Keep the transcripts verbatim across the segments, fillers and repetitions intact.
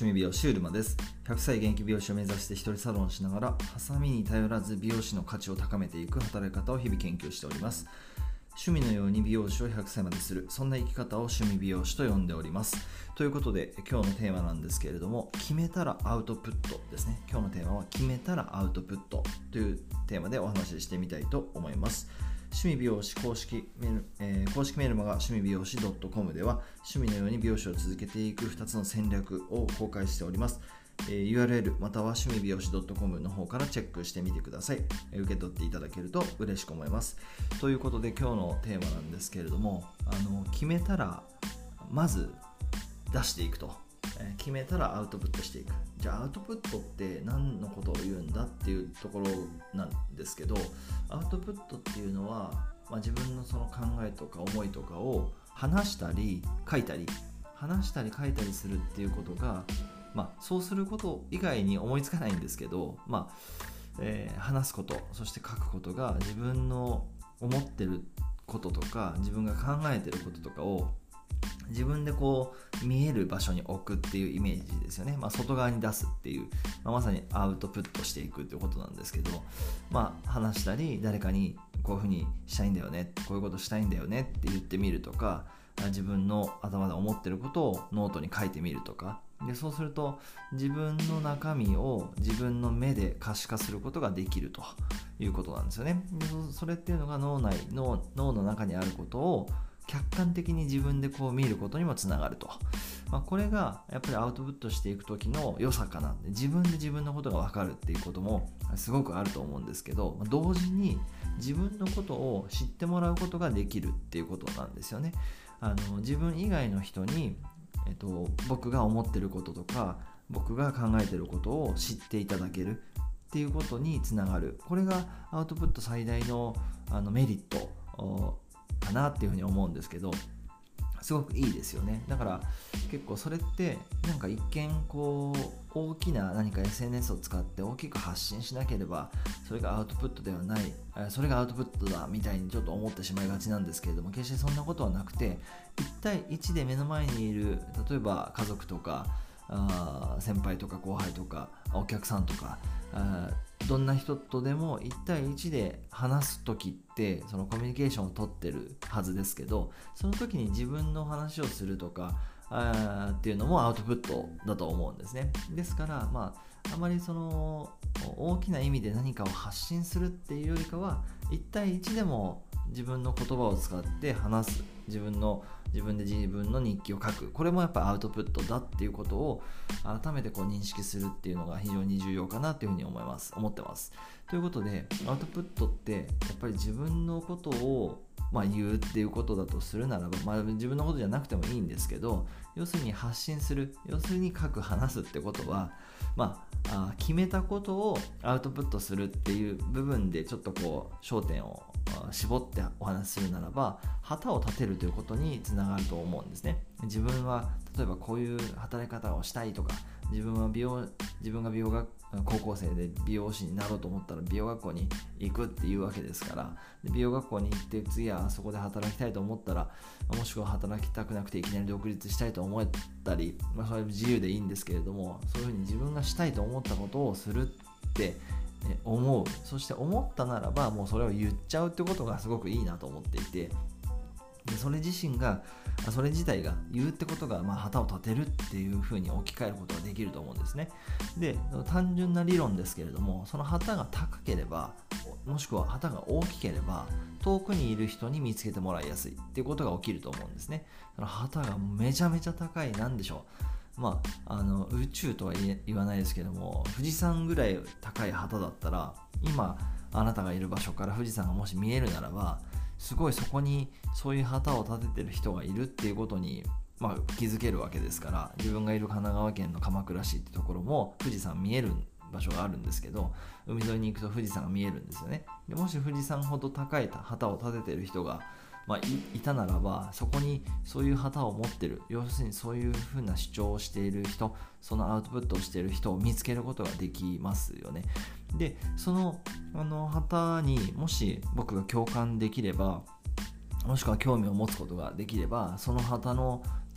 趣味美容師うるまです。ひゃくさい現役美容師を目指して一人サロンしながら、ハサミに頼らず美容師の価値を高めていく働き方を日々研究しております。趣味のように美容師をひゃくさいまでする、そんな生き方を趣味美容師と呼んでおります。ということで今日のテーマなんですけれども、決めたらアウトプットですね。今日のテーマは決めたらアウトプットというテーマでお話ししてみたいと思います。趣味美容師公式メール、えー、公式メールマガ趣味美容師 .com では趣味のように美容師を続けていくふたつの戦略を公開しております。えー、ユーアールエル または趣味美容師 .com の方からチェックしてみてください。えー、受け取っていただけると嬉しく思います。ということで今日のテーマなんですけれども、あの決めたらまず出していくと、えー、決めたらアウトプットしていく。じゃあアウトプットって何のことを言うんだっていうところなんですけど、アウトプットっていうのは、まあ、自分のその考えとか思いとかを話したり書いたり話したり書いたりするっていうことが、まあ、そうすること以外に思いつかないんですけど、まあえー、話すこと、そして書くことが自分の思ってることとか自分が考えてることとかを自分でこう見える場所に置くっていうイメージですよね。まあ、外側に出すっていう、まあ、まさにアウトプットしていくっていうことなんですけど、まあ、話したり誰かにこういうふうにしたいんだよね、こういうことしたいんだよねって言ってみるとか、自分の頭で思ってることをノートに書いてみるとかで、そうすると自分の中身を自分の目で可視化することができるということなんですよね。でそれっていうのが脳内脳、脳の中にあることを客観的に自分でこう見ることにもつながると、まあ、これがやっぱりアウトプットしていく時の良さかな。自分で自分のことが分かるっていうこともすごくあると思うんですけど、同時に自分のことを知ってもらうことができるっていうことなんですよね。あの自分以外の人に、えっと、僕が思ってることとか僕が考えてることを知っていただけるっていうことにつながる。これがアウトプット最大の、あのメリットかなっていうふうに思うんですけど、すごくいいですよね。だから結構それってなんか一見こう大きな何か エスエヌエス を使って大きく発信しなければそれがアウトプットではない、それがアウトプットだみたいにちょっと思ってしまいがちなんですけれども、決してそんなことはなくて、いち対いちで目の前にいる例えば家族とかあ先輩とか後輩とかお客さんとかあどんな人とでもいち対いちで話すときってそのコミュニケーションを取ってるはずですけど、その時に自分の話をするとかあっていうのもアウトプットだと思うんですね。ですからまああまりその大きな意味で何かを発信するっていうよりかはいち対いちでも自分の言葉を使って話す、自分の自分で自分の日記を書く、これもやっぱアウトプットだっていうことを改めてこう認識するっていうのが非常に重要かなというふうに思います思ってます。ということでアウトプットってやっぱり自分のことをまあ言うっていうことだとするならば、まあ、自分のことじゃなくてもいいんですけど、要するに発信する、要するに書く、話すってことは、まあ、あ決めたことをアウトプットするっていう部分でちょっとこう焦点を絞ってお話しするならば、旗を立てるということにつながると思うんですね。自分は例えばこういう働き方をしたいとか、自分は美容自分が美容学高校生で美容師になろうと思ったら美容学校に行くっていうわけですから、で美容学校に行って次はそこで働きたいと思ったら、もしくは働きたくなくていきなり独立したいと思ったり、まあ、それは自由でいいんですけれども、そういうふうに自分がしたいと思ったことをするって思う、そして思ったならばもうそれを言っちゃうってことがすごくいいなと思っていて、でそれ自身がそれ自体が言うってことが、まあ、旗を立てるっていう風に置き換えることができると思うんですね。で単純な理論ですけれども、その旗が高ければもしくは旗が大きければ遠くにいる人に見つけてもらいやすいっていうことが起きると思うんですね。その旗がめちゃめちゃ高い、なんでしょう、まあ、あの宇宙とは言わないですけども、富士山ぐらい高い旗だったら今あなたがいる場所から富士山がもし見えるならば、すごいそこにそういう旗を立ててる人がいるっていうことに、まあ、気づけるわけですから、自分がいる神奈川県の鎌倉市ってところも富士山見える場所があるんですけど、海沿いに行くと富士山が見えるんですよね。でもし富士山ほど高い旗を立ててる人がまあ、い, いたならば、そこにそういう旗を持ってる、要するにそういうふうな主張をしている人、そのアウトプットをしている人を見つけることができますよね。でその、あの旗にもし僕が共感できれば、もしくは興味を持つことができれば、その旗の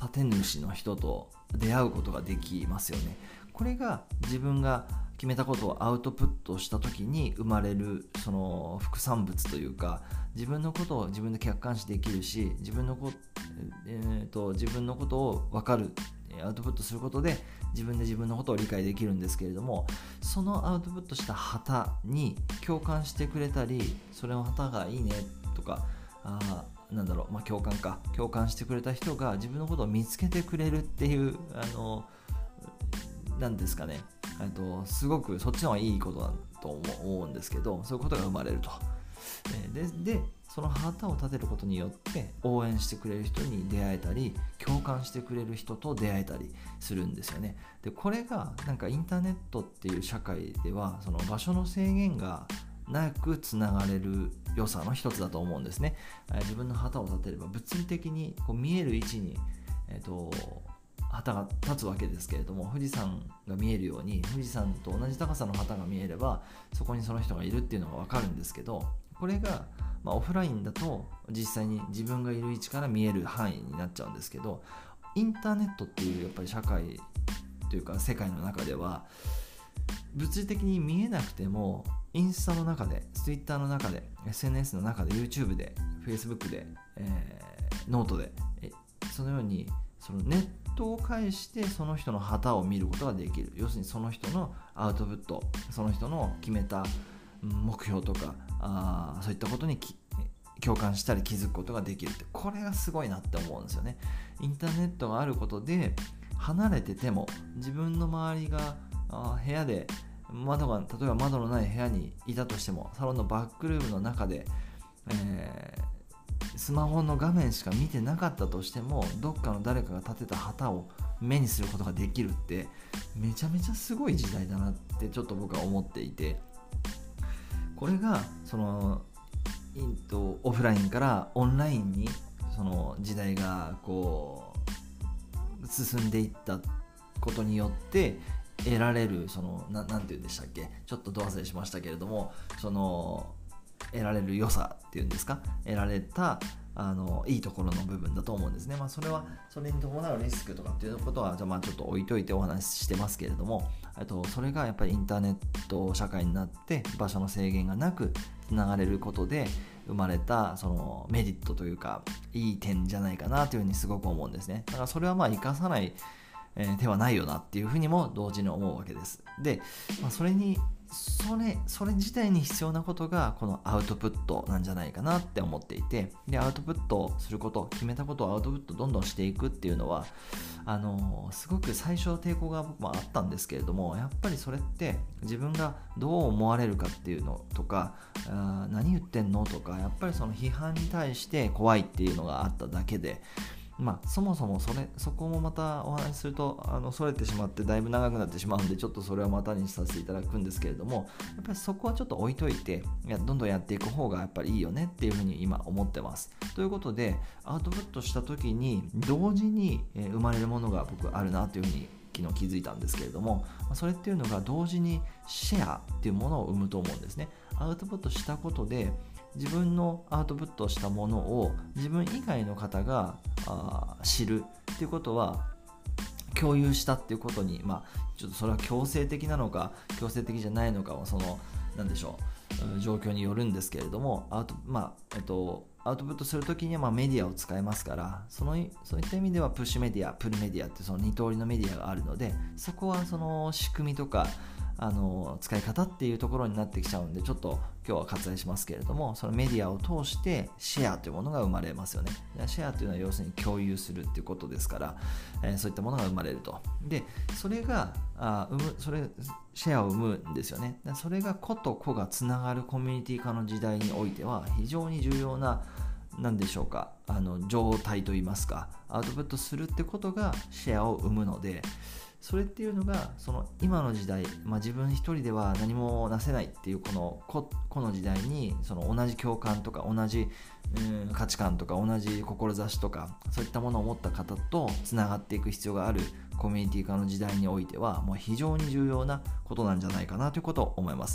建主の人と出会うことができますよね。これが自分が決めたことをアウトプットした時に生まれるその副産物というか、自分のことを自分で客観視できるし、自分のこ、えー、と自分のことを分かる、アウトプットすることで自分で自分のことを理解できるんですけれども、そのアウトプットした旗に共感してくれたり、それの旗がいいねとか、あなんだろう、まあ、共感か共感してくれた人が自分のことを見つけてくれるっていう、あのなんですかね、とすごくそっちの方がいいことだと思うんですけど、そういうことが生まれると。で, でその旗を立てることによって応援してくれる人に出会えたり、共感してくれる人と出会えたりするんですよね。でこれがなんかインターネットっていう社会では、その場所の制限がなくつながれる良さの一つだと思うんですね。自分の旗を立てれば物理的にこう見える位置に、えっと旗が立つわけですけれども、富士山が見えるように富士山と同じ高さの旗が見えればそこにその人がいるっていうのが分かるんですけど、これが、まあ、オフラインだと実際に自分がいる位置から見える範囲になっちゃうんですけど、インターネットっていうやっぱり社会というか世界の中では物理的に見えなくても、インスタの中で、ツイッターの中で、エスエヌエス の中で、 YouTube で、 Facebook で、えー、ノートで、えそのようにそのネットを介してその人の旗を見ることができる。要するにその人のアウトプット、その人の決めた目標とか、あそういったことに共感したり気づくことができるって、これがすごいなって思うんですよね。インターネットがあることで離れてても、自分の周りがあ部屋で窓が例えば窓のない部屋にいたとしても、サロンのバックルームの中で、えースマホの画面しか見てなかったとしても、どっかの誰かが立てた旗を目にすることができるって、めちゃめちゃすごい時代だなってちょっと僕は思っていて、これがそのインとオフラインからオンラインにその時代がこう進んでいったことによって得られる、その な, なんて言うんでしたっけ、ちょっとど忘れしましたけれども、その得られる良さっていうんですか、得られたあのいいところの部分だと思うんですね。まあ、それはそれに伴うリスクとかっていうことはじゃあまあちょっと置いといてお話ししてますけれども、あとそれがやっぱりインターネット社会になって場所の制限がなくつながれることで生まれたそのメリットというかいい点じゃないかなというふうにすごく思うんですね。だからそれはまあ生かさない、えー、手はないよなっていうふうにも同時に思うわけです。で、まあ、それにそれそれ自体に必要なことがこのアウトプットなんじゃないかなって思っていて、でアウトプットすること、決めたことをアウトプットどんどんしていくっていうのはあのすごく最初は抵抗が僕もあったんですけれども、やっぱりそれって自分がどう思われるかっていうのとか、あ何言ってんのとか、やっぱりその批判に対して怖いっていうのがあっただけで、まあ、そもそもそれそこもまたお話しするとあのそれてしまってだいぶ長くなってしまうんで、ちょっとそれはまたにさせていただくんですけれども、やっぱりそこはちょっと置いといて、いやどんどんやっていく方がやっぱりいいよねっていうふうに今思ってます。ということでアウトプットした時に同時に生まれるものが僕あるなというふうに昨日気づいたんですけれども、それっていうのが同時にシェアっていうものを生むと思うんですね。アウトプットしたことで自分のアウトプットしたものを自分以外の方があ知るっていうことは、共有したっていうことに、まあ、ちょっとそれは強制的なのか強制的じゃないのかはそのなんでしょう状況によるんですけれども、アウト、まあえっと、アウトプットするときにはまあメディアを使えますから、そのそういった意味ではプッシュメディア、プルメディアってその二通りのメディアがあるので、そこはその仕組みとかあの使い方っていうところになってきちゃうんで、ちょっと今日は割愛しますけれども、そのメディアを通してシェアというものが生まれますよね。シェアというのは要するに共有するっていうことですから、えー、そういったものが生まれると。でそれがあ生むそれシェアを生むんですよね。それが個と個がつながるコミュニティ化の時代においては非常に重要な、なんでしょうか、あの状態といいますか、アウトプットするってことがシェアを生むので、それっていうのがその今の時代、まあ、自分一人では何もなせないっていうこのここの時代に、その同じ共感とか同じ、うん、価値観とか同じ志とかそういったものを持った方とつながっていく必要があるコミュニティ化の時代においてはもう非常に重要なことなんじゃないかなということを思います。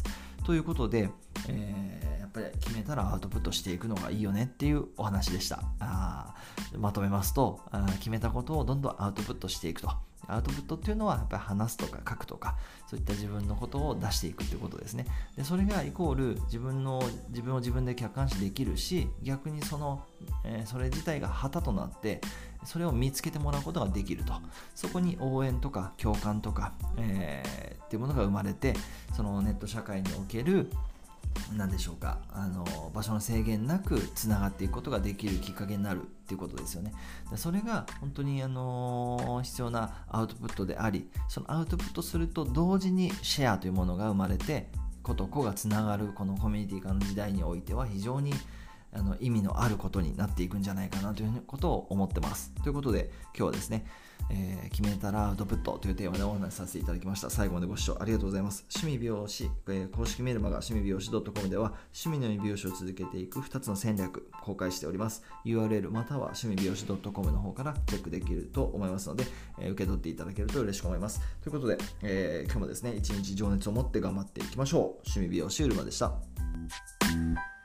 ということで、えー、やっぱり決めたらアウトプットしていくのがいいよねっていうお話でした。あまとめますと、あ決めたことをどんどんアウトプットしていくと。アウトプットっていうのはやっぱり話すとか書くとか、そういった自分のことを出していくということですね。でそれがイコール自分の自分を自分で客観視できるし、逆にその、えー、それ自体が旗となってそれを見つけてもらうことができると。そこに応援とか共感とか、えー、っていうものが生まれて、そのネット社会における何でしょうか、あの場所の制限なくつながっていくことができるきっかけになるっていうことですよね。でそれが本当にあの必要なアウトプットであり、そのアウトプットすると同時にシェアというものが生まれて、子と子がつながるこのコミュニティ化の時代においては非常にあの意味のあることになっていくんじゃないかなということを思ってます。ということで今日はですね、えー、決めたらアウトプットというテーマでお話しさせていただきました。最後までご視聴ありがとうございます。趣味美容師、えー、公式メルマガ趣味美容師 .com では趣味の美容師を続けていくふたつの戦略公開しております。 ユーアールエル または趣味美容師 .com の方からチェックできると思いますので、えー、受け取っていただけると嬉しく思います。ということで、えー、今日もですね一日情熱を持って頑張っていきましょう。趣味美容師うるまでした。